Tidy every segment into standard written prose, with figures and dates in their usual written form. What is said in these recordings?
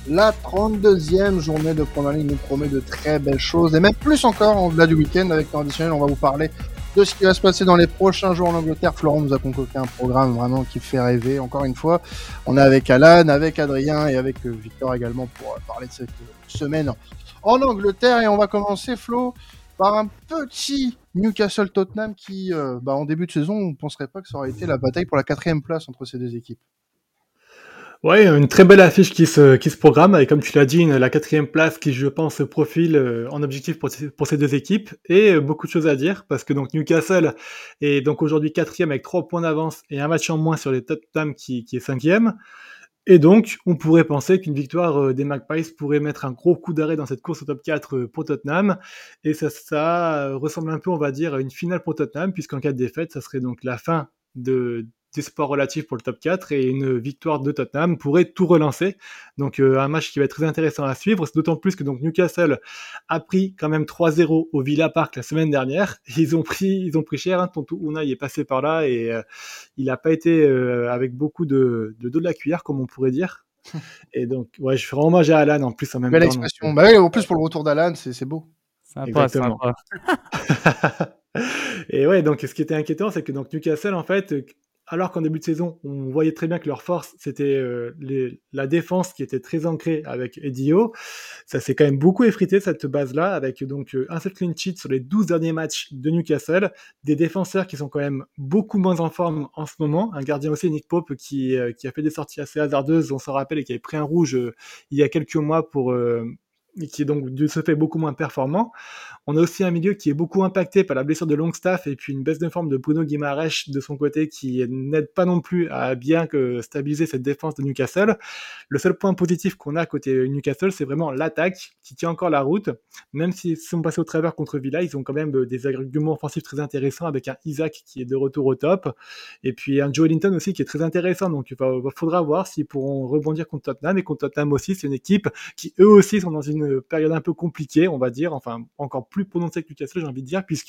La 32e journée de Premier League nous promet de très belles choses, et même plus encore au-delà du week-end. Avec temps additionnel, on va vous parler de ce qui va se passer dans les prochains jours en Angleterre. Florent nous a concocté un programme vraiment qui fait rêver. Encore une fois, on est avec Alan, avec Adrien et avec Victor également pour parler de cette semaine en Angleterre. Et on va commencer, Flo, par un petit Newcastle-Tottenham qui, en début de saison, on ne penserait pas que ça aurait été la bataille pour la 4e place entre ces deux équipes. Ouais, une très belle affiche qui se programme, avec, comme tu l'as dit, la 4e place qui, je pense, se profile en objectif pour ces deux équipes, et beaucoup de choses à dire, parce que donc Newcastle est donc aujourd'hui 4e avec 3 points d'avance et un match en moins sur les Tottenham qui est 5e, et donc on pourrait penser qu'une victoire des Magpies pourrait mettre un gros coup d'arrêt dans cette course au top 4 pour Tottenham, et ça ressemble un peu, on va dire, à une finale pour Tottenham, puisqu'en cas de défaite, ça serait donc la fin des sports relatifs pour le top 4, et une victoire de Tottenham pourrait tout relancer. Donc un match qui va être très intéressant à suivre, c'est d'autant plus que donc Newcastle a pris quand même 3-0 au Villa Park la semaine dernière. Ils ont pris cher, hein. Tonton Unai est passé par là, et il n'a pas été avec beaucoup de dos de la cuillère, comme on pourrait dire. Et donc, ouais, je fais vraiment hommage à Alan en plus en même Belle temps. Donc, expression. Bah oui, en plus pour le retour d'Alan, c'est beau. exactement. Et ouais, donc ce qui était inquiétant, c'est que donc Newcastle, en fait, alors qu'en début de saison, on voyait très bien que leur force, c'était la défense qui était très ancrée avec Eddie Howe. Ça s'est quand même beaucoup effrité, cette base-là, avec donc un seul clean sheet sur les 12 derniers matchs de Newcastle, des défenseurs qui sont quand même beaucoup moins en forme en ce moment, un gardien aussi, Nick Pope, qui a fait des sorties assez hasardeuses, on s'en rappelle, et qui avait pris un rouge il y a quelques mois et qui est donc de ce fait beaucoup moins performant. On a aussi un milieu qui est beaucoup impacté par la blessure de Longstaff, et puis une baisse de forme de Bruno Guimaraes de son côté, qui n'aide pas non plus à bien stabiliser cette défense de Newcastle. Le seul point positif qu'on a côté Newcastle, c'est vraiment l'attaque qui tient encore la route. Même s'ils sont passés au travers contre Villa, ils ont quand même des arguments offensifs très intéressants, avec un Isaac qui est de retour au top, et puis un Joe Linton aussi qui est très intéressant. Donc il faudra voir s'ils pourront rebondir contre Tottenham. Et contre Tottenham aussi, c'est une équipe qui eux aussi sont dans une période un peu compliquée, on va dire, enfin encore plus prononcée que Newcastle, j'ai envie de dire, puisque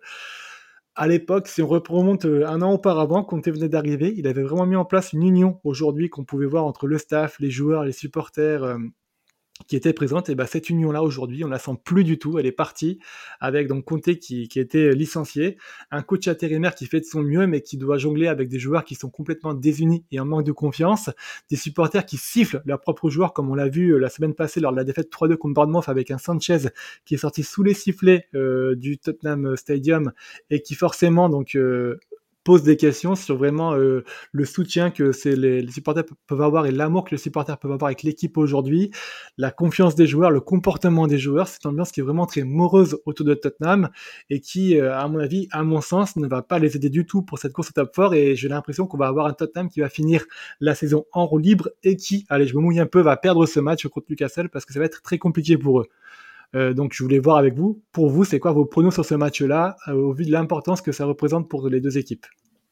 à l'époque, si on remonte un an auparavant, Conte venait d'arriver, il avait vraiment mis en place une union aujourd'hui qu'on pouvait voir entre le staff, les joueurs, les supporters, qui était présente. Et ben cette union-là aujourd'hui, on la sent plus du tout. Elle est partie, avec donc Conte qui a été licencié, un coach intérimaire qui fait de son mieux, mais qui doit jongler avec des joueurs qui sont complètement désunis et en manque de confiance, des supporters qui sifflent leurs propres joueurs, comme on l'a vu la semaine passée lors de la défaite 3-2 contre Bournemouth, avec un Sanchez qui est sorti sous les sifflets du Tottenham Stadium, et qui forcément donc pose des questions sur vraiment le soutien que les supporters peuvent avoir, et l'amour que les supporters peuvent avoir avec l'équipe aujourd'hui, la confiance des joueurs, le comportement des joueurs. C'est une ambiance qui est vraiment très morose autour de Tottenham, et qui, à mon avis, à mon sens, ne va pas les aider du tout pour cette course au top 4. Et j'ai l'impression qu'on va avoir un Tottenham qui va finir la saison en roue libre, et qui, allez, je me mouille un peu, va perdre ce match contre Newcastle, parce que ça va être très compliqué pour eux. Donc je voulais voir avec vous, pour vous, c'est quoi vos pronos sur ce match-là, au vu de l'importance que ça représente pour les deux équipes?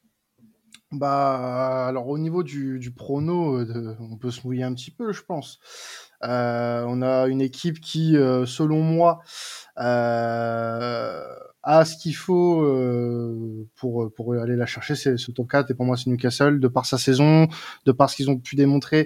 Bah, alors au niveau du prono, on peut se mouiller un petit peu, je pense. On a une équipe qui, selon moi, a ce qu'il faut pour aller la chercher. C'est ce top 4, et pour moi c'est Newcastle, de par sa saison, de par ce qu'ils ont pu démontrer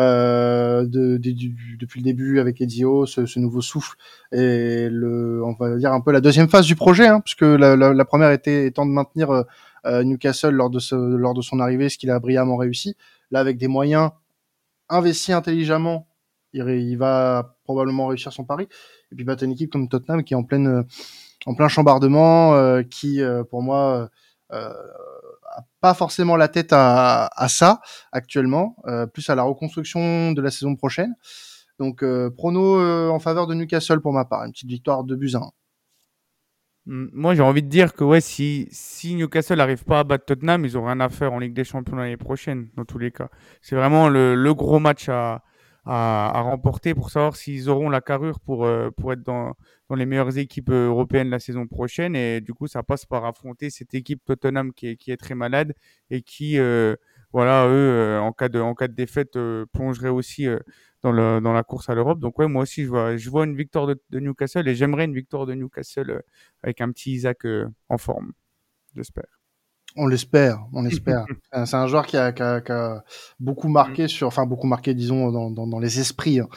depuis le début avec Eddie Howe, ce nouveau souffle, et on va dire un peu la deuxième phase du projet, hein, puisque la première étant de maintenir Newcastle lors de son arrivée, ce qu'il a brillamment réussi. Là, avec des moyens investis intelligemment, il va probablement réussir son pari. Et puis, t'as une équipe comme Tottenham qui est en plein chambardement, qui, pour moi, a pas forcément la tête à ça actuellement, plus à la reconstruction de la saison prochaine. Donc, prono en faveur de Newcastle pour ma part, une petite victoire de buts 1. Moi, j'ai envie de dire que ouais, si Newcastle n'arrive pas à battre Tottenham, ils n'ont rien à faire en Ligue des Champions l'année prochaine, dans tous les cas. C'est vraiment le gros match à remporter pour savoir s'ils auront la carrure pour être dans les meilleures équipes européennes la saison prochaine. Et du coup, ça passe par affronter cette équipe Tottenham qui est très malade, et qui, voilà, eux, en cas de défaite, plongerait aussi dans la course à l'Europe. Donc ouais, moi aussi, je vois une victoire de Newcastle, et j'aimerais une victoire de Newcastle avec un petit Isaac en forme, j'espère. On l'espère, on l'espère. C'est un joueur qui a beaucoup marqué beaucoup marqué, disons, dans les esprits, hein.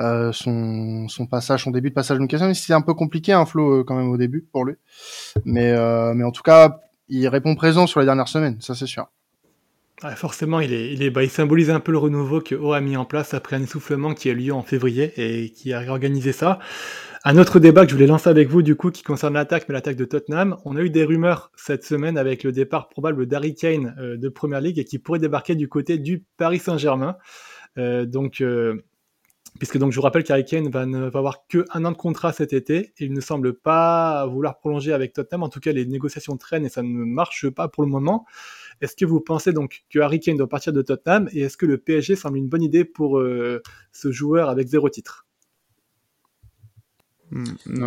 Son début de passage Newcastle, c'était un peu compliqué, hein, Flo, quand même au début pour lui. Mais en tout cas, il répond présent sur les dernières semaines, ça c'est sûr. Ouais, forcément, il symbolise un peu le renouveau que O a mis en place après un essoufflement qui a eu lieu en février et qui a réorganisé ça. Un autre débat que je voulais lancer avec vous, du coup, qui concerne l'attaque, mais l'attaque de Tottenham. On a eu des rumeurs cette semaine avec le départ probable d'Harry Kane de Premier League et qui pourrait débarquer du côté du Paris Saint-Germain. Puisque donc je vous rappelle qu'Harry Kane ne va avoir que 1 an de contrat cet été et il ne semble pas vouloir prolonger avec Tottenham. En tout cas, les négociations traînent et ça ne marche pas pour le moment. Est-ce que vous pensez donc que Harry Kane doit partir de Tottenham et est-ce que le PSG semble une bonne idée pour ce joueur avec 0 titre? Non.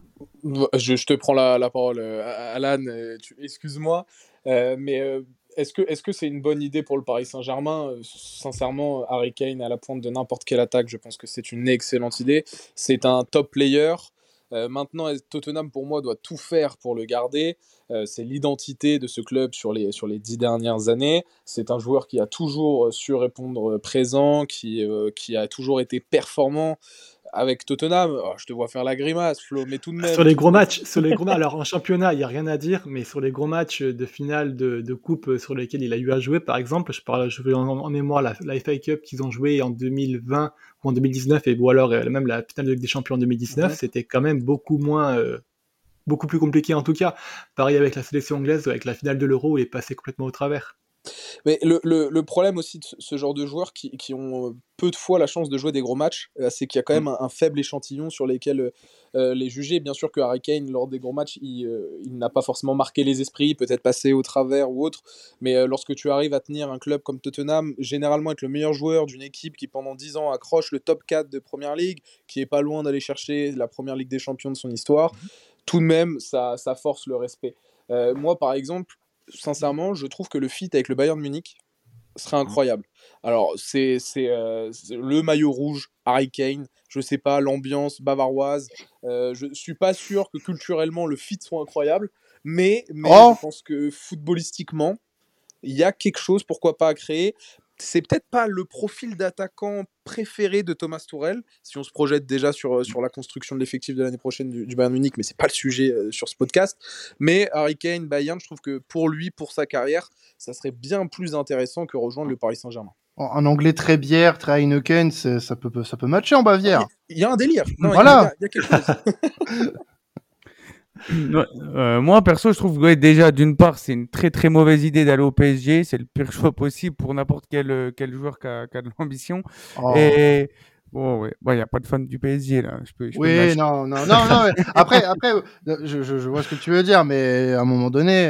Je te prends la parole, Alan, excuse-moi, mais est-ce que c'est une bonne idée pour le Paris Saint-Germain? Sincèrement, Harry Kane à la pointe de n'importe quelle attaque, je pense que c'est une excellente idée. C'est un top player. Maintenant, Tottenham, pour moi, doit tout faire pour le garder. C'est l'identité de ce club sur les 10 dernières années. C'est un joueur qui a toujours su répondre présent, qui a toujours été performant. Avec Tottenham, je te vois faire la grimace, Flo, mais tout de même. Sur les gros matchs, alors en championnat, il n'y a rien à dire, mais sur les gros matchs de finale de coupe sur lesquels il a eu à jouer, par exemple, je vais en mémoire la FA Cup qu'ils ont joué en 2020 ou en 2019, ou alors même la finale de Ligue des Champions en 2019, c'était quand même beaucoup plus compliqué en tout cas. Pareil avec la sélection anglaise, avec la finale de l'Euro, où il est passé complètement au travers. Mais le problème aussi de ce genre de joueurs qui ont peu de fois la chance de jouer des gros matchs, c'est qu'il y a quand même un faible échantillon sur lesquels les juger. Bien sûr que Harry Kane, lors des gros matchs, il n'a pas forcément marqué les esprits, peut-être passé au travers ou autre, mais lorsque tu arrives à tenir un club comme Tottenham, généralement être le meilleur joueur d'une équipe qui pendant 10 ans accroche le top 4 de Première Ligue, qui est pas loin d'aller chercher la Première Ligue des Champions de son histoire, tout de même, ça force le respect. Moi, par exemple, sincèrement, je trouve que le fit avec le Bayern Munich serait incroyable. Alors, c'est le maillot rouge, Harry Kane, je sais pas, l'ambiance bavaroise. Je suis pas sûr que culturellement le fit soit incroyable, mais je pense que footballistiquement, il y a quelque chose, pourquoi pas, à créer. C'est peut-être pas le profil d'attaquant préféré de Thomas Tuchel, si on se projette déjà sur la construction de l'effectif de l'année prochaine du Bayern Munich, mais c'est pas le sujet sur ce podcast. Mais Harry Kane, Bayern, je trouve que pour lui, pour sa carrière, ça serait bien plus intéressant que rejoindre le Paris Saint-Germain. Un anglais très bière, très Heineken, ça peut matcher en Bavière. Il y a un délire. Non, voilà. Il y a quelque chose. Moi, perso, je trouve que déjà, d'une part, c'est une très très mauvaise idée d'aller au PSG. C'est le pire choix possible pour n'importe quel joueur qui a de l'ambition. Et bon, ouais, il n'y a pas de fan du PSG là. Oui, non. Mais après, je vois ce que tu veux dire, mais à un moment donné,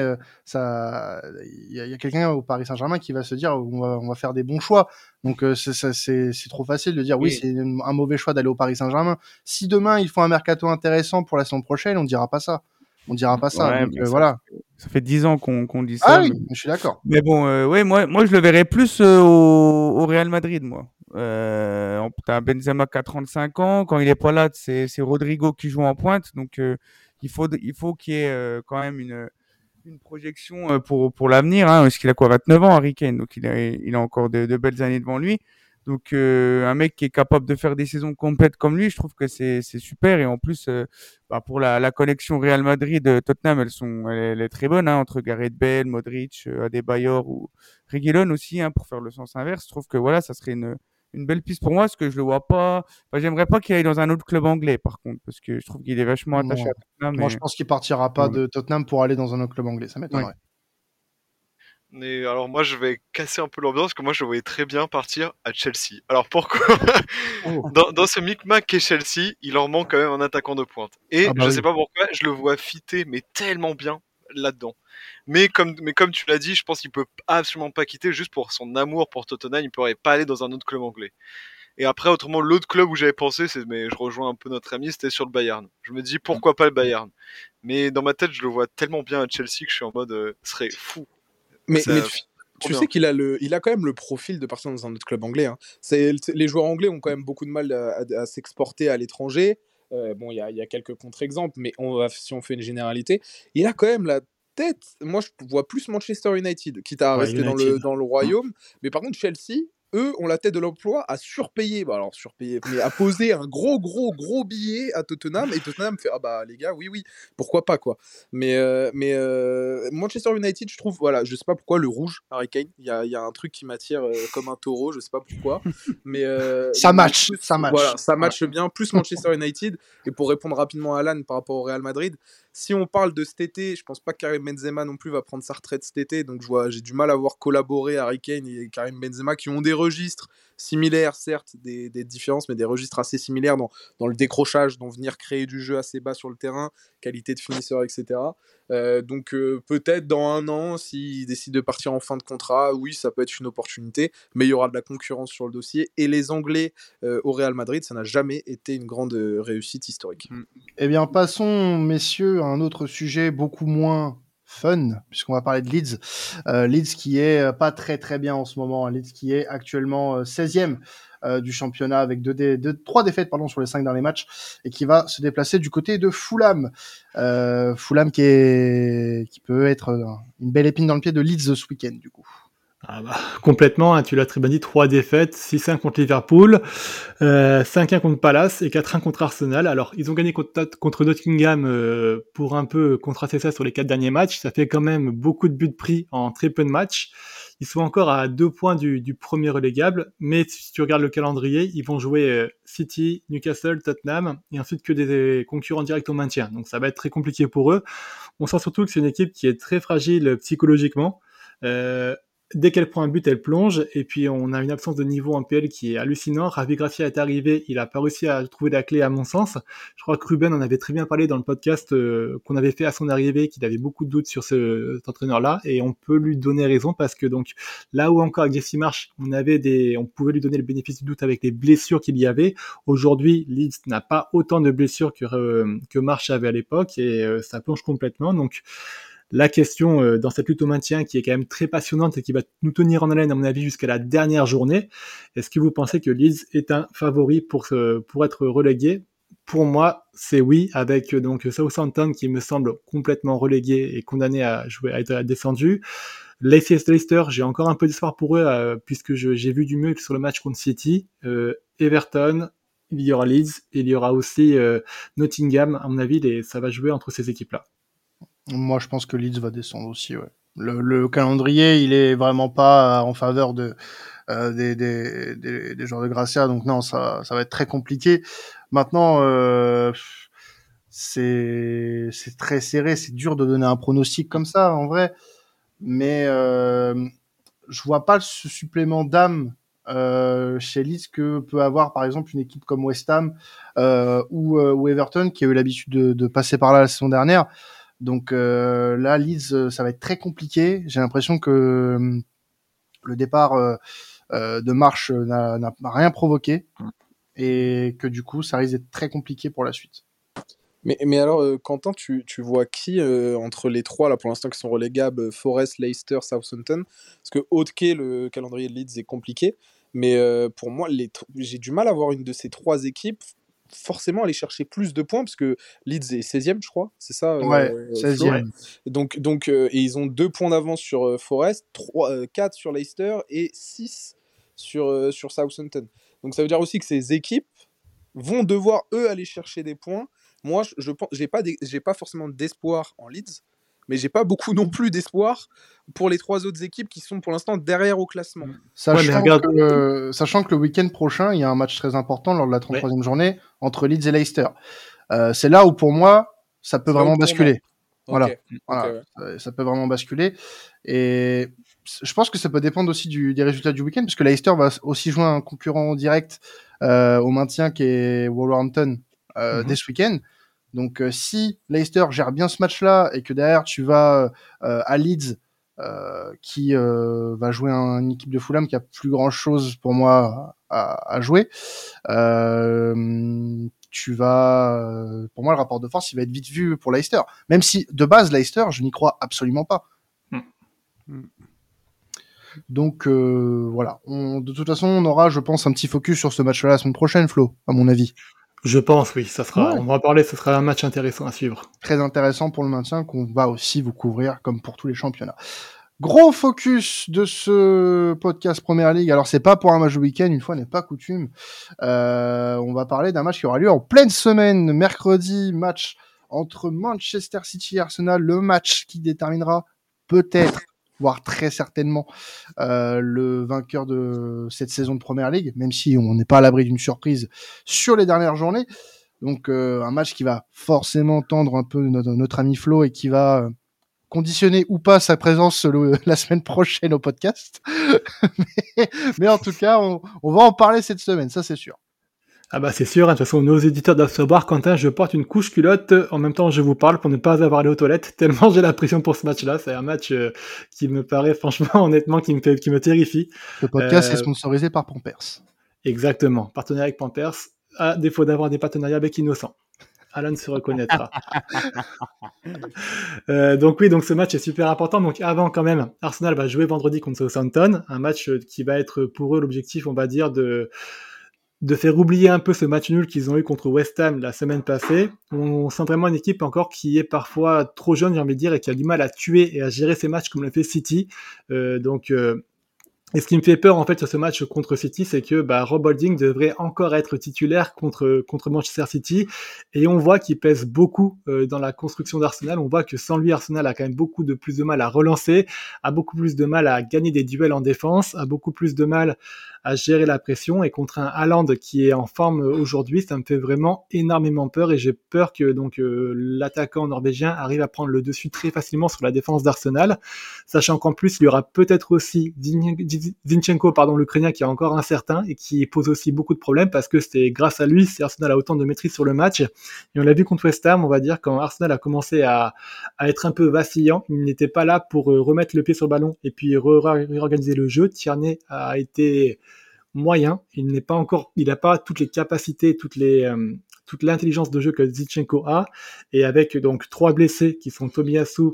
il y a quelqu'un au Paris Saint-Germain qui va se dire, on va faire des bons choix. Donc c'est trop facile de dire oui, c'est un mauvais choix d'aller au Paris Saint-Germain. Si demain ils font un mercato intéressant pour la saison prochaine, on dira pas ça. On dira pas ça. Ouais, donc voilà. Ça fait 10 ans qu'on dit ça. Ah oui, je suis d'accord. Mais bon, moi je le verrais plus au Real Madrid, moi. T'as Benzema qui a 35 ans. Quand il est pas là, c'est Rodrigo qui joue en pointe. Donc il faut qu'il y ait quand même une projection pour l'avenir, hein, parce qu'il a quoi, 29 ans, Harry Kane, donc il a encore de belles années devant lui. Donc un mec qui est capable de faire des saisons complètes comme lui, je trouve que c'est super. Et en plus, pour la connexion Real Madrid-Tottenham, elle est très bonne, hein, entre Gareth Bale, Modric, Adebayor ou Reguilón aussi, hein, pour faire le sens inverse. Je trouve que voilà, ça serait une belle piste pour moi, parce que je le vois pas. Enfin, j'aimerais pas qu'il aille dans un autre club anglais, par contre, parce que je trouve qu'il est vachement attaché à Tottenham. Moi, je pense qu'il partira pas de Tottenham pour aller dans un autre club anglais. Ça m'étonnerait. Ouais. Mais alors moi je vais casser un peu l'ambiance parce que moi je le voyais très bien partir à Chelsea. Alors pourquoi? Dans ce micmac qu'est Chelsea, il leur manque quand même un attaquant de pointe. Et je sais pas pourquoi, je le vois fitter mais tellement bien là-dedans. Mais comme tu l'as dit, je pense qu'il peut absolument pas quitter juste pour son amour pour Tottenham, il pourrait pas aller dans un autre club anglais. Et après, autrement, l'autre club où j'avais pensé, mais je rejoins un peu notre ami, c'était sur le Bayern. Je me dis pourquoi pas le Bayern. Mais dans ma tête, je le vois tellement bien à Chelsea que je suis en mode, ce serait fou. Mais tu sais qu'il a quand même le profil de partir dans un autre club anglais. Hein. Les joueurs anglais ont quand même beaucoup de mal à s'exporter à l'étranger. Bon, il y a quelques contre-exemples, mais si on fait une généralité, il a quand même peut-être, moi je vois plus Manchester United, quitte à Ouais, rester United. dans le royaume, mais par contre Chelsea, eux ont la tête de l'emploi à surpayer, alors surpayer, mais à poser un gros billet à Tottenham, et Tottenham fait, ah bah les gars, oui, pourquoi pas quoi. Manchester United, je trouve, voilà, je sais pas pourquoi, le rouge, Harry Kane, il y a un truc qui m'attire comme un taureau, je sais pas pourquoi, Ça mais match, ça match. voilà, ça match bien, plus Manchester United, et pour répondre rapidement à Alan par rapport au Real Madrid, si on parle de cet été, je pense pas que Karim Benzema non plus va prendre sa retraite cet été, donc j'ai du mal à voir collaborer Harry Kane et Karim Benzema qui ont des registres similaires, certes, des différences, mais des registres assez similaires dans le décrochage, dans venir créer du jeu assez bas sur le terrain, qualité de finisseur, etc. Donc peut-être dans un an, s'il décide de partir en fin de contrat, oui, ça peut être une opportunité, mais il y aura de la concurrence sur le dossier. Et les Anglais au Real Madrid, ça n'a jamais été une grande réussite historique. Eh bien, passons, messieurs, à un autre sujet beaucoup moins fun, puisqu'on va parler de Leeds. Leeds qui est pas très bien en ce moment. Leeds qui est actuellement 16e du championnat avec 3 défaites sur les 5 derniers matchs et qui va se déplacer du côté de Fulham. Fulham qui peut être une belle épine dans le pied de Leeds ce week-end, du coup. Ah bah, complètement, hein, tu l'as très bien dit, 3 défaites, 6-1 contre Liverpool, 5-1 contre Palace et 4-1 contre Arsenal. Alors, ils ont gagné contre Nottingham pour un peu contraster ça sur les 4 derniers matchs. Ça fait quand même beaucoup de buts pris en très peu de matchs. Ils sont encore à 2 points du premier relégable, mais si tu regardes le calendrier, ils vont jouer City, Newcastle, Tottenham, et ensuite que des concurrents directs au maintien. Donc ça va être très compliqué pour eux. On sent surtout que c'est une équipe qui est très fragile psychologiquement. Dès qu'elle prend un but, elle plonge, et puis on a une absence de niveau en PL qui est hallucinant. Ravi Gracia est arrivé, il a pas réussi à trouver la clé à mon sens. Je crois que Ruben en avait très bien parlé dans le podcast qu'on avait fait à son arrivée, qu'il avait beaucoup de doutes sur cet entraîneur-là, et on peut lui donner raison parce que donc là où encore avec Jesse Marsch, on pouvait lui donner le bénéfice du doute avec les blessures qu'il y avait. Aujourd'hui, Leeds n'a pas autant de blessures que Marsch avait à l'époque, et ça plonge complètement. Donc la question dans cette lutte au maintien qui est quand même très passionnante et qui va nous tenir en haleine à mon avis jusqu'à la dernière journée, est-ce que vous pensez que Leeds est un favori pour être relégué? Pour moi, c'est oui, avec donc Southampton qui me semble complètement relégué et condamné à être descendu. Leicester, j'ai encore un peu d'espoir pour eux puisque j'ai vu du mieux sur le match contre City. Everton, il y aura Leeds, et il y aura aussi Nottingham. À mon avis, ça va jouer entre ces équipes-là. Moi, je pense que Leeds va descendre aussi, ouais. Le calendrier, il est vraiment pas en faveur des joueurs de Gracia, donc non, ça va être très compliqué. Maintenant, c'est très serré, c'est dur de donner un pronostic comme ça, en vrai, mais je vois pas ce supplément d'âme chez Leeds que peut avoir par exemple une équipe comme West Ham ou Everton qui a eu l'habitude de passer par là la saison dernière. Donc là, Leeds, ça va être très compliqué. J'ai l'impression que le départ de Marsch n'a rien provoqué et que du coup, ça risque d'être très compliqué pour la suite. Mais alors, Quentin, tu vois qui entre les trois, là, pour l'instant, qui sont relégables, Forest, Leicester, Southampton? Parce que Haute-Quai, le calendrier de Leeds est compliqué. Mais pour moi, j'ai du mal à voir une de ces trois équipes forcément aller chercher plus de points, parce que Leeds est 16e, je crois, c'est ça, Ouais, Flo 16e. Donc et ils ont 2 points d'avance sur Forest, 4 sur Leicester et 6 sur Southampton. Donc ça veut dire aussi que ces équipes vont devoir, eux, aller chercher des points. Moi, je pense, j'ai pas forcément d'espoir en Leeds, mais j'ai pas beaucoup non plus d'espoir pour les trois autres équipes qui sont pour l'instant derrière au classement. Sachant que le week-end prochain, il y a un match très important lors de la 33e journée entre Leeds et Leicester. C'est là où, pour moi, ça peut vraiment basculer. Voilà. Ça peut vraiment basculer. Et je pense que ça peut dépendre aussi des résultats du week-end, parce que Leicester va aussi jouer un concurrent direct au maintien qui est Wolverhampton dès ce week-end. Donc si Leicester gère bien ce match-là et que derrière tu vas à Leeds qui va jouer une équipe de Fulham qui a plus grand-chose pour moi à jouer, tu vas pour moi le rapport de force il va être vite vu pour Leicester, même si de base Leicester je n'y crois absolument pas. Donc voilà, de toute façon on aura je pense un petit focus sur ce match-là la semaine prochaine, Flo, à mon avis. Je pense, oui, ça sera. Ouais. On va en parler. Ce sera un match intéressant à suivre. Très intéressant pour le maintien qu'on va aussi vous couvrir comme pour tous les championnats. Gros focus de ce podcast Première Ligue. Alors, c'est pas pour un match de week-end, une fois n'est pas coutume. On va parler d'un match qui aura lieu en pleine semaine, mercredi, match entre Manchester City et Arsenal, le match qui déterminera peut-être, voire très certainement, le vainqueur de cette saison de Première Ligue, même si on n'est pas à l'abri d'une surprise sur les dernières journées. Donc, un match qui va forcément tendre un peu notre ami Flo et qui va conditionner ou pas sa présence la semaine prochaine au podcast. mais en tout cas, on va en parler cette semaine, ça c'est sûr. Ah bah c'est sûr, hein, de toute façon, nos éditeurs doivent savoir, Quentin, je porte une couche culotte, en même temps je vous parle pour ne pas avoir à aller aux toilettes, tellement j'ai la pression pour ce match-là. C'est un match qui me paraît franchement, honnêtement, qui me terrifie. Le podcast est sponsorisé par Pampers. Exactement, partenariat avec Pampers, à défaut d'avoir des partenariats avec Innocent. Alan se reconnaîtra. Donc oui, donc ce match est super important. Donc avant quand même, Arsenal va jouer vendredi contre Southampton, un match qui va être pour eux l'objectif, on va dire, de faire oublier un peu ce match nul qu'ils ont eu contre West Ham la semaine passée. On sent vraiment une équipe encore qui est parfois trop jeune, j'ai envie de dire, et qui a du mal à tuer et à gérer ses matchs comme le fait City. Et ce qui me fait peur en fait sur ce match contre City, c'est que Rob Holding devrait encore être titulaire contre Manchester City, et on voit qu'il pèse beaucoup dans la construction d'Arsenal. On voit que sans lui, Arsenal a quand même beaucoup de plus de mal à relancer, a beaucoup plus de mal à gagner des duels en défense, a beaucoup plus de mal à gérer la pression, et contre un Haaland qui est en forme aujourd'hui, ça me fait vraiment énormément peur, et j'ai peur que l'attaquant norvégien arrive à prendre le dessus très facilement sur la défense d'Arsenal, sachant qu'en plus il y aura peut-être aussi Zinchenko, l'Ukrainien, qui est encore incertain et qui pose aussi beaucoup de problèmes, parce que c'est grâce à lui si Arsenal a autant de maîtrise sur le match. Et on l'a vu contre West Ham, on va dire, quand Arsenal a commencé à être un peu vacillant, il n'était pas là pour remettre le pied sur le ballon et puis réorganiser le jeu. Tierney a été moyen, il n'a pas toutes les capacités, toute l'intelligence de jeu que Zinchenko a, et avec donc 3 blessés qui sont Tomiyasu,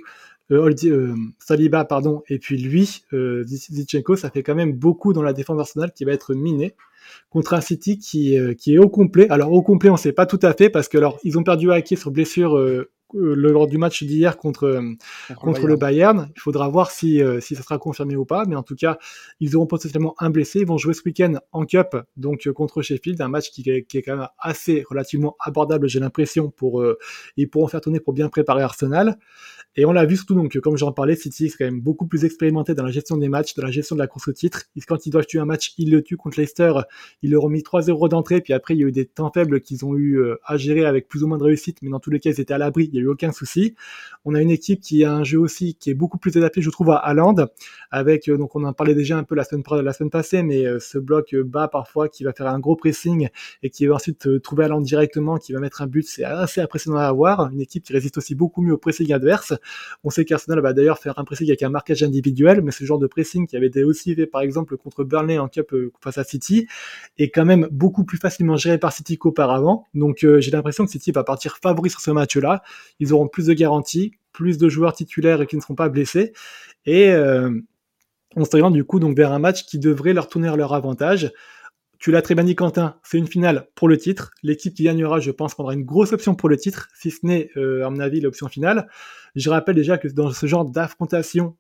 Saliba, et puis lui, Zinchenko, ça fait quand même beaucoup dans la défense d'Arsenal qui va être miné contre un City qui est au complet. Alors au complet, on ne sait pas tout à fait, parce que ils ont perdu Ake sur blessure lors du match d'hier contre le Bayern. Il faudra voir si ça sera confirmé ou pas, mais en tout cas, ils auront potentiellement un blessé. Ils vont jouer ce week-end en Cup, donc contre Sheffield, un match qui est quand même relativement abordable, j'ai l'impression, ils pourront faire tourner pour bien préparer Arsenal. Et on l'a vu surtout, donc, comme j'en parlais, City est quand même beaucoup plus expérimenté dans la gestion des matchs, dans la gestion de la course au titre. Quand ils doivent tuer un match, ils le tuent. Contre Leicester, ils leur ont mis 3-0 d'entrée, puis après, il y a eu des temps faibles qu'ils ont eu à gérer avec plus ou moins de réussite, mais dans tous les cas, ils étaient à l'abri, il n'y a eu aucun souci. On a une équipe qui a un jeu aussi qui est beaucoup plus adapté, je trouve, à Haaland, avec, donc on en parlait déjà un peu la semaine passée, mais ce bloc bas parfois qui va faire un gros pressing et qui va ensuite trouver Haaland directement, qui va mettre un but, c'est assez impressionnant à avoir. Une équipe qui résiste aussi beaucoup mieux au pressing adverse. On sait qu'Arsenal va d'ailleurs faire un pressing avec un marquage individuel, mais ce genre de pressing qui avait été aussi fait par exemple contre Burnley en Cup face à City est quand même beaucoup plus facilement géré par City qu'auparavant. Donc j'ai l'impression que City va partir favori sur ce match-là. Ils auront plus de garanties, plus de joueurs titulaires qui ne seront pas blessés, et on se dirige du coup donc vers un match qui devrait leur tourner à leur avantage. Tu l'as très bien dit, Quentin, c'est une finale pour le titre. L'équipe qui gagnera, je pense, prendra une grosse option pour le titre, si ce n'est, à mon avis, l'option finale. Je rappelle déjà que dans ce genre d'affrontation,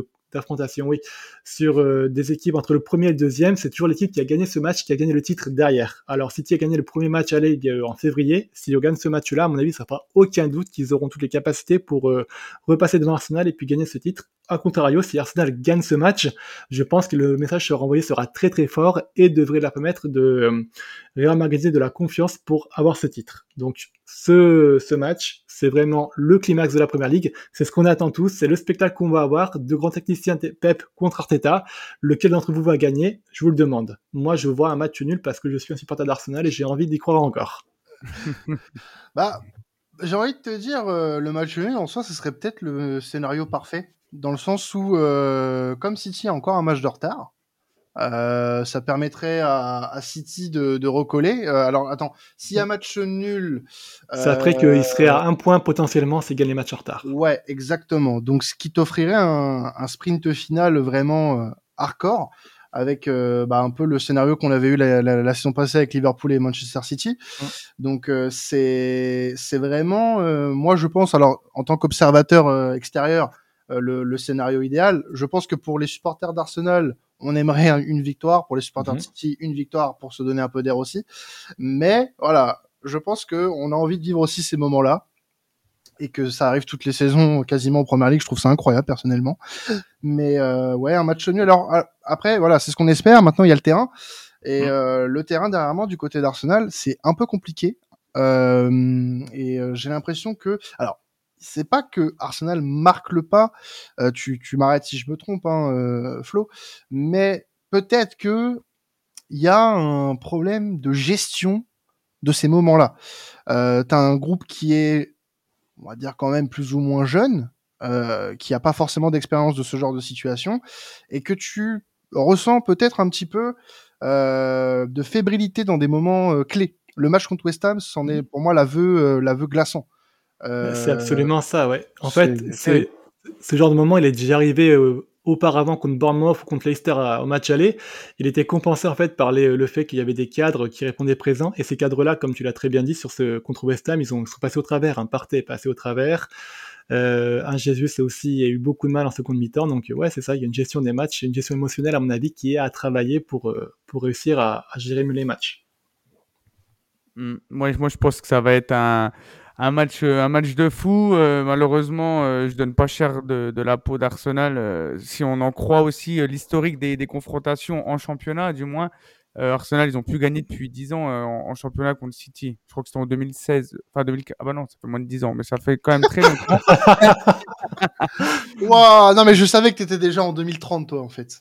sur des équipes entre le premier et le deuxième, c'est toujours l'équipe qui a gagné ce match qui a gagné le titre derrière. Alors City a gagné le premier match aller en février. S'ils gagnent ce match-là, à mon avis, ça fera aucun doute qu'ils auront toutes les capacités pour repasser devant Arsenal et puis gagner ce titre. A contrario, si Arsenal gagne ce match, je pense que le message renvoyé sera très très fort et devrait leur permettre de réemmagasiner de la confiance pour avoir ce titre. Donc ce match, c'est vraiment le climax de la Première Ligue. C'est ce qu'on attend tous, c'est le spectacle qu'on va avoir, de grands techniciens Pep contre Arteta. Lequel d'entre vous va gagner? Je vous le demande. Moi, je vois un match nul parce que je suis un supporter d'Arsenal et j'ai envie d'y croire encore. J'ai envie de te dire, le match nul en soi, ce serait peut-être le scénario parfait, dans le sens où, comme City a encore un match de retard, ça permettrait à City de recoller. Alors attends, s'il y a match nul, ça ferait qu'il serait à 1 point potentiellement s'il gagne les matchs en retard. Ouais, exactement. Donc ce qui t'offrirait un sprint final vraiment hardcore. avec un peu le scénario qu'on avait eu la saison passée avec Liverpool et Manchester City. Donc c'est vraiment, moi je pense, alors en tant qu'observateur extérieur, le scénario idéal. Je pense que pour les supporters d'Arsenal, on aimerait une victoire. Pour les supporters de City, une victoire pour se donner un peu d'air aussi. Mais voilà, je pense que on a envie de vivre aussi ces moments-là. Et que ça arrive toutes les saisons quasiment en Première Ligue, je trouve ça incroyable personnellement. Mais ouais, un match nul. Alors après, voilà, c'est ce qu'on espère. Maintenant, il y a le terrain. Et le terrain, dernièrement, du côté d'Arsenal, c'est un peu compliqué. J'ai l'impression que... Alors, c'est pas que Arsenal marque le pas, tu m'arrêtes si je me trompe, hein, Flo, mais peut-être que il y a un problème de gestion de ces moments-là. T'as un groupe qui est, on va dire quand même plus ou moins jeune, qui a pas forcément d'expérience de ce genre de situation, et que tu ressens peut-être un petit peu de fébrilité dans des moments clés. Le match contre West Ham, c'en est pour moi l'aveu glaçant. C'est absolument ça, ouais. En fait, ce genre de moment, il est déjà arrivé auparavant contre Bournemouth ou contre Leicester au match aller. Il était compensé en fait par le fait qu'il y avait des cadres qui répondaient présents. Et ces cadres-là, comme tu l'as très bien dit, contre West Ham, ils sont passés au travers. Un Partey est passé au travers. Un Jesus aussi a eu beaucoup de mal en seconde mi-temps. Donc ouais, c'est ça, il y a une gestion des matchs, une gestion émotionnelle à mon avis qui est à travailler pour réussir à gérer mieux les matchs. Moi, je pense que ça va être un match de fou. Malheureusement, je donne pas cher de la peau d'Arsenal. Si on en croit aussi l'historique des confrontations en championnat, du moins, Arsenal, ils ont plus gagné depuis 10 ans en championnat contre City. Je crois que c'était en 2016. Enfin, 2004. Ah bah non, ça fait moins de 10 ans, mais ça fait quand même très longtemps. Wow, non, mais je savais que t'étais déjà en 2030, toi, en fait.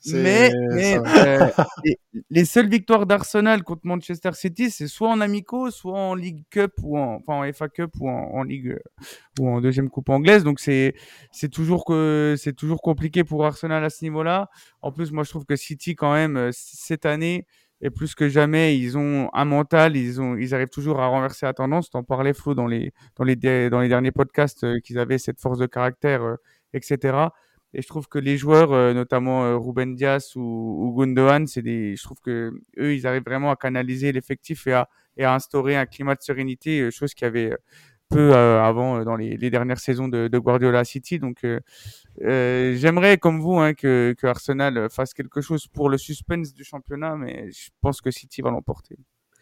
Les seules victoires d'Arsenal contre Manchester City, c'est soit en amicaux, soit en League Cup en FA Cup ou en Ligue ou en deuxième coupe anglaise. Donc c'est toujours compliqué pour Arsenal à ce niveau-là. En plus, moi je trouve que City quand même cette année et plus que jamais, ils ont un mental, ils arrivent toujours à renverser la tendance. T'en parlais, Flo, dans les derniers podcasts qu'ils avaient cette force de caractère, etc. Et je trouve que les joueurs, notamment Ruben Dias ou Gundogan, je trouve que eux, ils arrivent vraiment à canaliser l'effectif et à instaurer un climat de sérénité, chose qu'il y avait peu avant dans les dernières saisons de Guardiola City. Donc, j'aimerais, comme vous, hein, que Arsenal fasse quelque chose pour le suspense du championnat, mais je pense que City va l'emporter.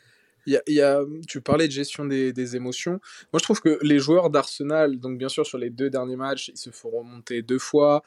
Tu parlais de gestion des émotions. Moi, je trouve que les joueurs d'Arsenal, donc bien sûr sur les 2 derniers matchs, ils se font remonter 2 fois.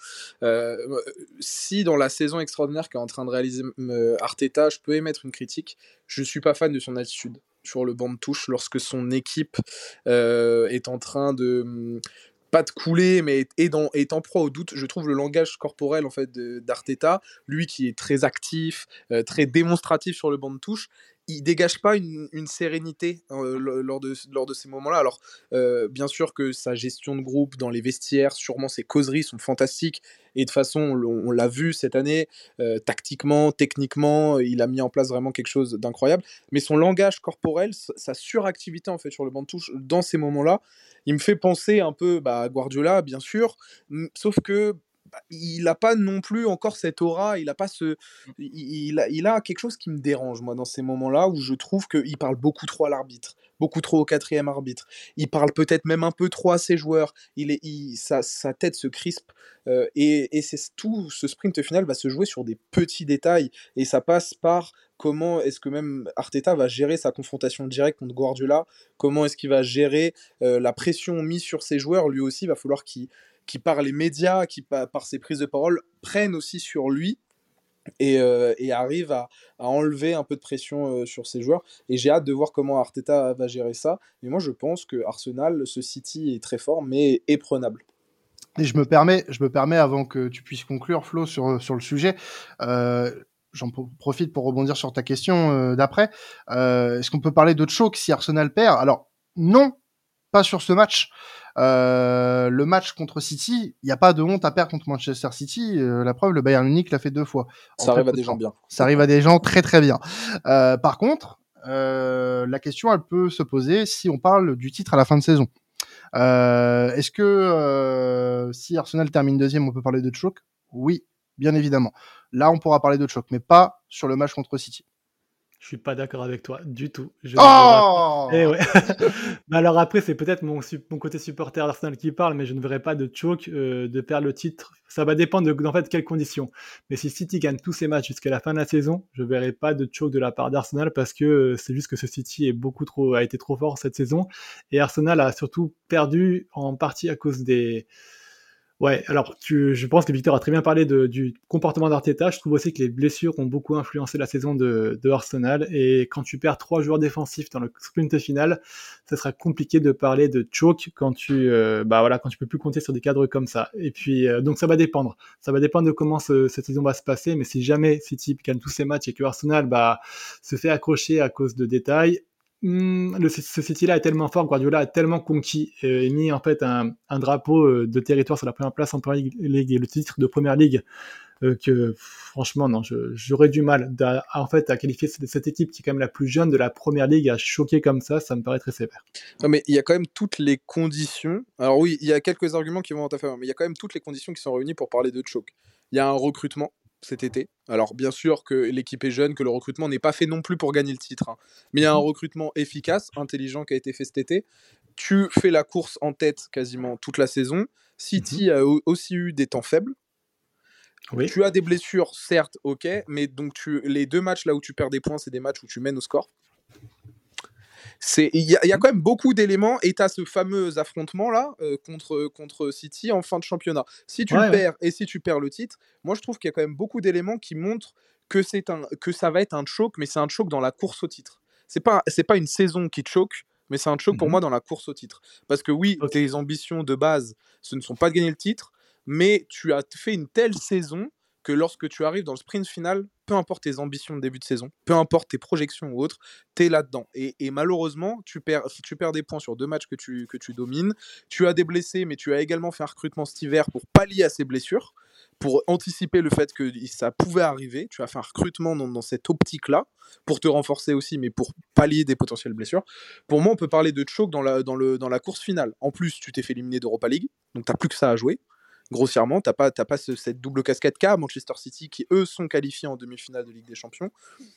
Si dans la saison extraordinaire qu'est en train de réaliser Arteta, je peux émettre une critique, je suis pas fan de son attitude sur le banc de touche lorsque son équipe est en train de pas de couler, mais est en proie au doute. Je trouve le langage corporel en fait d'Arteta, lui qui est très actif, très démonstratif sur le banc de touche, il dégage pas une sérénité lors de ces moments-là. Alors, bien sûr que sa gestion de groupe dans les vestiaires, sûrement ses causeries sont fantastiques. Et de toute façon, on l'a vu cette année, tactiquement, techniquement, il a mis en place vraiment quelque chose d'incroyable. Mais son langage corporel, sa suractivité en fait sur le banc de touche dans ces moments-là, il me fait penser un peu à Guardiola, bien sûr, sauf que il n'a pas non plus encore cette aura, il a quelque chose qui me dérange, moi, dans ces moments-là, où je trouve qu'il parle beaucoup trop à l'arbitre, beaucoup trop au 4e arbitre. Il parle peut-être même un peu trop à ses joueurs, sa tête se crispe, et tout ce sprint final va se jouer sur des petits détails, et ça passe par comment est-ce que même Arteta va gérer sa confrontation directe contre Guardiola, comment est-ce qu'il va gérer la pression mise sur ses joueurs, lui aussi, il va falloir qui par les médias, qui par ses prises de parole, prennent aussi sur lui et arrivent à enlever un peu de pression sur ses joueurs. Et j'ai hâte de voir comment Arteta va gérer ça. Mais moi, je pense que Arsenal, ce City est très fort, mais est prenable. Et je me permets avant que tu puisses conclure, Flo, sur le sujet, j'en profite pour rebondir sur ta question d'après. Est-ce qu'on peut parler de choc si Arsenal perd? Alors, non, pas sur ce match. Le match contre City, il n'y a pas de honte à perdre contre Manchester City. La preuve, le Bayern Munich l'a fait 2 fois. Ça arrive à des gens bien. Ça arrive à des gens très très bien. Par contre, la question, elle peut se poser si on parle du titre à la fin de saison. Est-ce que si Arsenal termine 2e, on peut parler de choc? Oui, bien évidemment. Là, on pourra parler de choc, mais pas sur le match contre City. Je suis pas d'accord avec toi du tout. Oh Ouais. Bah alors après, c'est peut-être mon côté supporter d'Arsenal qui parle, mais je ne verrai pas de choke de perdre le titre. Ça va dépendre en fait, quelles conditions. Mais si City gagne tous ses matchs jusqu'à la fin de la saison, je verrai pas de choke de la part d'Arsenal parce que c'est juste que ce City a été trop fort cette saison. Et Arsenal a surtout perdu en partie à cause des... Ouais, alors je pense que Victor a très bien parlé du comportement d'Arteta. Je trouve aussi que les blessures ont beaucoup influencé la saison de Arsenal. Et quand tu perds 3 joueurs défensifs dans le sprint final, ça sera compliqué de parler de choke quand quand tu peux plus compter sur des cadres comme ça. Et puis donc ça va dépendre. Ça va dépendre de comment cette saison va se passer. Mais si jamais City gagne tous ses matchs et que Arsenal se fait accrocher à cause de détails, ce City-là est tellement fort, Guardiola a tellement conquis et mis en fait un drapeau de territoire sur la première place en Premier League et le titre de Première Ligue que franchement non, j'aurais du mal en fait à qualifier cette équipe qui est quand même la plus jeune de la Première Ligue à choquer comme ça me paraît très sévère. Non, mais il y a quand même toutes les conditions. Alors oui, il y a quelques arguments qui vont en ta faveur, mais il y a quand même toutes les conditions qui sont réunies pour parler de choke. Il y a un recrutement cet été. Alors bien sûr que l'équipe est jeune, que le recrutement n'est pas fait non plus pour gagner le titre, hein. Mais il y a un recrutement efficace, intelligent qui a été fait cet été. Tu fais la course en tête quasiment toute la saison. City a aussi eu des temps faibles. Oui. Tu as des blessures, certes, ok, mais donc les 2 matchs là où tu perds des points, c'est des matchs où tu mènes au score. Il y a quand même beaucoup d'éléments et tu as ce fameux affrontement là contre City en fin de championnat. Si tu le perds et si tu perds le titre, moi je trouve qu'il y a quand même beaucoup d'éléments qui montrent que ça va être un choc, mais c'est un choc dans la course au titre. C'est pas une saison qui te choque, mais c'est un choc pour moi dans la course au titre. Parce que oui, tes ambitions de base, ce ne sont pas de gagner le titre, mais tu as fait une telle saison que lorsque tu arrives dans le sprint final, peu importe tes ambitions de début de saison, peu importe tes projections ou autres, t'es là-dedans. Et malheureusement, tu perds des points sur 2 matchs que tu domines. Tu as des blessés, mais tu as également fait un recrutement cet hiver pour pallier à ces blessures, pour anticiper le fait que ça pouvait arriver. Tu as fait un recrutement dans cette optique-là, pour te renforcer aussi, mais pour pallier des potentielles blessures. Pour moi, on peut parler de choc dans la course finale. En plus, tu t'es fait éliminer d'Europa League, donc t'as plus que ça à jouer. Grossièrement, t'as pas cette double casquette qu'a Manchester City qui eux sont qualifiés en demi-finale de Ligue des Champions.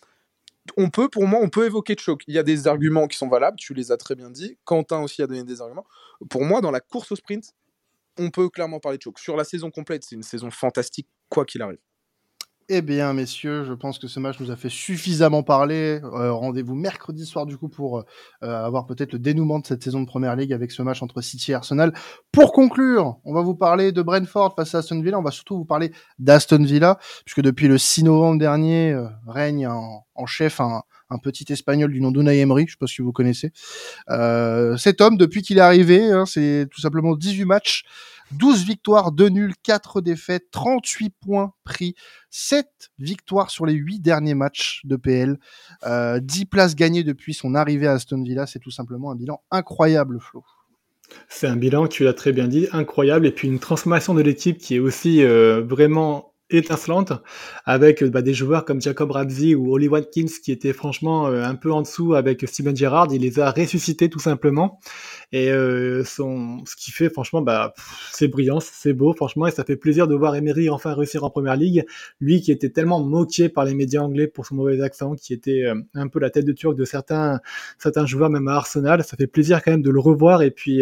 Pour moi, on peut évoquer de choc. Il y a des arguments qui sont valables, tu les as très bien dit. Quentin aussi a donné des arguments. Pour moi, dans la course au sprint, on peut clairement parler de choc. Sur la saison complète, c'est une saison fantastique, quoi qu'il arrive. Eh bien, messieurs, je pense que ce match nous a fait suffisamment parler. Rendez-vous mercredi soir, du coup, pour avoir peut-être le dénouement de cette saison de Première Ligue avec ce match entre City et Arsenal. Pour conclure, on va vous parler de Brentford face à Aston Villa. On va surtout vous parler d'Aston Villa, puisque depuis le 6 novembre dernier, règne en chef un petit Espagnol du nom d'Unai Emery, je ne sais pas si vous connaissez. Cet homme, depuis qu'il est arrivé, c'est tout simplement 18 matchs, 12 victoires, 2 nuls, 4 défaites, 38 points pris, 7 victoires sur les 8 derniers matchs de PL, 10 places gagnées depuis son arrivée à Aston Villa. C'est tout simplement un bilan incroyable, Flo. C'est un bilan, tu l'as très bien dit, incroyable, et puis une transformation de l'équipe qui est aussi vraiment étincelante, avec des joueurs comme Jacob Ramsey ou Oli Watkins qui étaient franchement un peu en dessous avec Steven Gerrard. Il les a ressuscités tout simplement, et ce qui fait franchement c'est brillant, c'est beau franchement, et ça fait plaisir de voir Emery enfin réussir en Première Ligue, lui qui était tellement moqué par les médias anglais pour son mauvais accent, qui était un peu la tête de turc de certains joueurs même à Arsenal. Ça fait plaisir quand même de le revoir et puis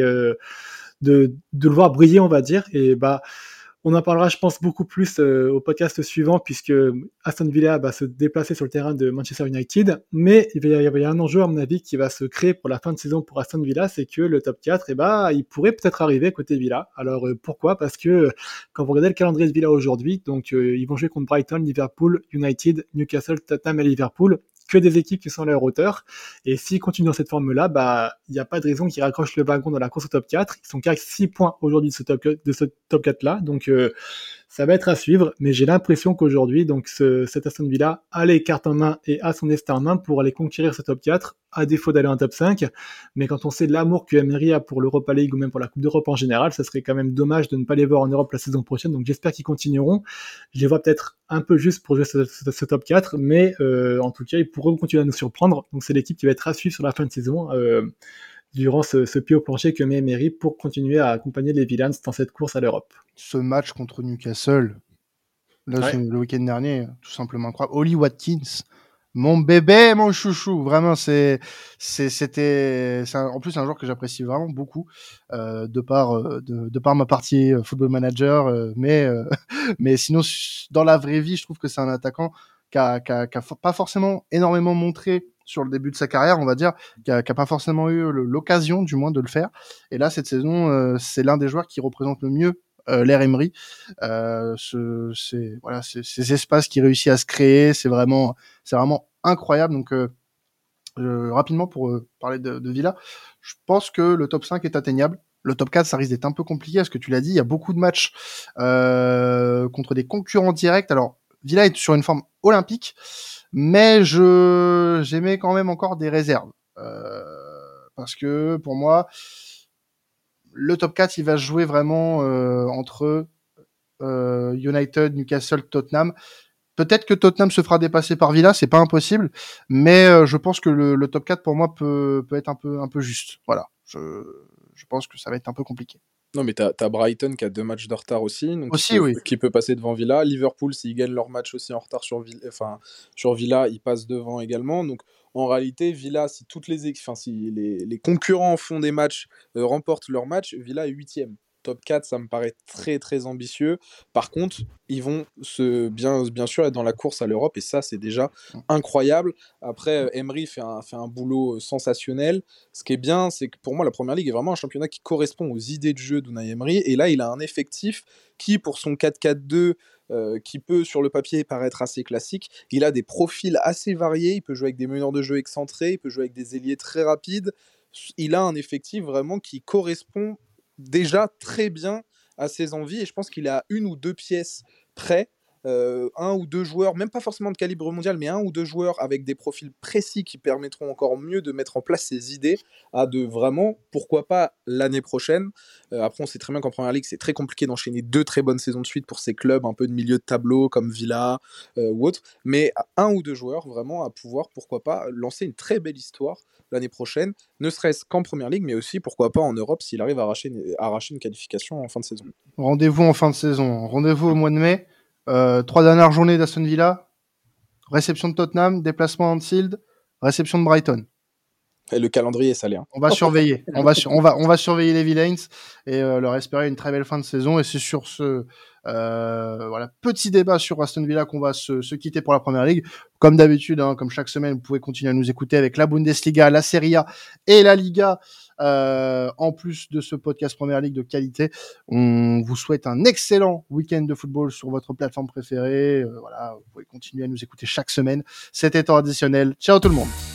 de le voir briller, on va dire. Et on en parlera, je pense, beaucoup plus au podcast suivant, puisque Aston Villa va se déplacer sur le terrain de Manchester United. Mais il y a un enjeu, à mon avis, qui va se créer pour la fin de saison pour Aston Villa, c'est que le top 4, il pourrait peut-être arriver côté Villa. Alors pourquoi ? Parce que quand vous regardez le calendrier de Villa aujourd'hui, donc ils vont jouer contre Brighton, Liverpool, United, Newcastle, Tottenham et Liverpool, que des équipes qui sont à leur hauteur. Et s'ils continuent dans cette forme-là, il n'y a pas de raison qu'ils raccrochent le wagon dans la course au top 4. Ils sont qu'à 6 points aujourd'hui de ce top 4-là. Donc, ça va être à suivre. Mais j'ai l'impression qu'aujourd'hui, donc, cet Aston Villa a les cartes en main et a son destin en main pour aller conquérir ce top 4, à défaut d'aller en top 5. Mais quand on sait l'amour que Emery a pour l'Europa League ou même pour la Coupe d'Europe en général, ça serait quand même dommage de ne pas les voir en Europe la saison prochaine. Donc, j'espère qu'ils continueront. Je les vois peut-être un peu juste pour jouer ce top 4, mais en tout cas, ils pourront continuer à nous surprendre. Donc, c'est l'équipe qui va être à suivre sur la fin de saison durant ce pied au plancher que met Emery pour continuer à accompagner les Villains dans cette course à l'Europe. Ce match contre Newcastle, Là, le week-end dernier, tout simplement incroyable. Ollie Watkins, mon bébé, mon chouchou, vraiment, en plus c'est un joueur que j'apprécie vraiment beaucoup, de par ma partie Football Manager, mais sinon dans la vraie vie, je trouve que c'est un attaquant qui a pas forcément énormément montré sur le début de sa carrière, on va dire, qui a pas forcément eu l'occasion, du moins, de le faire. Et là, cette saison, c'est l'un des joueurs qui représente le mieux l'ère Emery. Ces espaces qu'il réussit à se créer, c'est vraiment incroyable. Donc, rapidement, pour parler de Villa, je pense que le top 5 est atteignable. Le top 4, ça risque d'être un peu compliqué, parce que tu l'as dit, il y a beaucoup de matchs contre des concurrents directs. Alors, Villa est sur une forme olympique, mais j'aimais quand même encore des réserves. Parce que, pour moi, le top 4, il va se jouer vraiment entre United, Newcastle, Tottenham. Peut-être que Tottenham se fera dépasser par Villa, c'est pas impossible, mais je pense que le top 4 pour moi peut être un peu juste. Voilà, je pense que ça va être un peu compliqué. Non, mais t'as Brighton qui a 2 matchs de retard aussi, donc oui. qui peut passer devant Villa. Liverpool, s'ils gagnent leur match aussi en retard sur Villa, ils passent devant également. Donc en réalité, Villa, si les concurrents font des matchs, remportent leur match, Villa est 8e. Top 4, ça me paraît très très ambitieux. Par contre, ils vont bien sûr être dans la course à l'Europe, et ça, c'est déjà incroyable. Après, Emery fait un boulot sensationnel. Ce qui est bien, c'est que pour moi, la Première Ligue est vraiment un championnat qui correspond aux idées de jeu d'Unai Emery, et là, il a un effectif qui, pour son 4-4-2, qui peut sur le papier paraître assez classique, il a des profils assez variés, il peut jouer avec des meneurs de jeu excentrés, il peut jouer avec des ailiers très rapides. Il a un effectif vraiment qui correspond déjà très bien à ses envies, et je pense qu'il a 1 ou 2 pièces près, 1 ou 2 joueurs, même pas forcément de calibre mondial, mais 1 ou 2 joueurs avec des profils précis qui permettront encore mieux de mettre en place ses idées, à de vraiment, pourquoi pas l'année prochaine. Après, on sait très bien qu'en Première Ligue, c'est très compliqué d'enchaîner 2 très bonnes saisons de suite pour ces clubs un peu de milieu de tableau comme Villa ou autre, mais 1 ou 2 joueurs vraiment à pouvoir, pourquoi pas, lancer une très belle histoire l'année prochaine, ne serait-ce qu'en Première Ligue, mais aussi, pourquoi pas, en Europe, s'il arrive à arracher une qualification en fin de saison. Rendez-vous en fin de saison, rendez-vous au mois de mai, 3 dernières journées d'Aston Villa, réception de Tottenham, déplacement à Anfield, réception de Brighton. Et le calendrier est salé. Hein. On va surveiller. on va surveiller les Villains et leur espérer une très belle fin de saison. Et c'est sur ce petit débat sur Aston Villa qu'on va se quitter pour la Première Ligue. Comme d'habitude, comme chaque semaine, vous pouvez continuer à nous écouter avec la Bundesliga, la Serie A et la Liga. En plus de ce podcast Première Ligue de qualité, on vous souhaite un excellent week-end de football sur votre plateforme préférée. Vous pouvez continuer à nous écouter chaque semaine. C'était temps additionnel. Ciao tout le monde.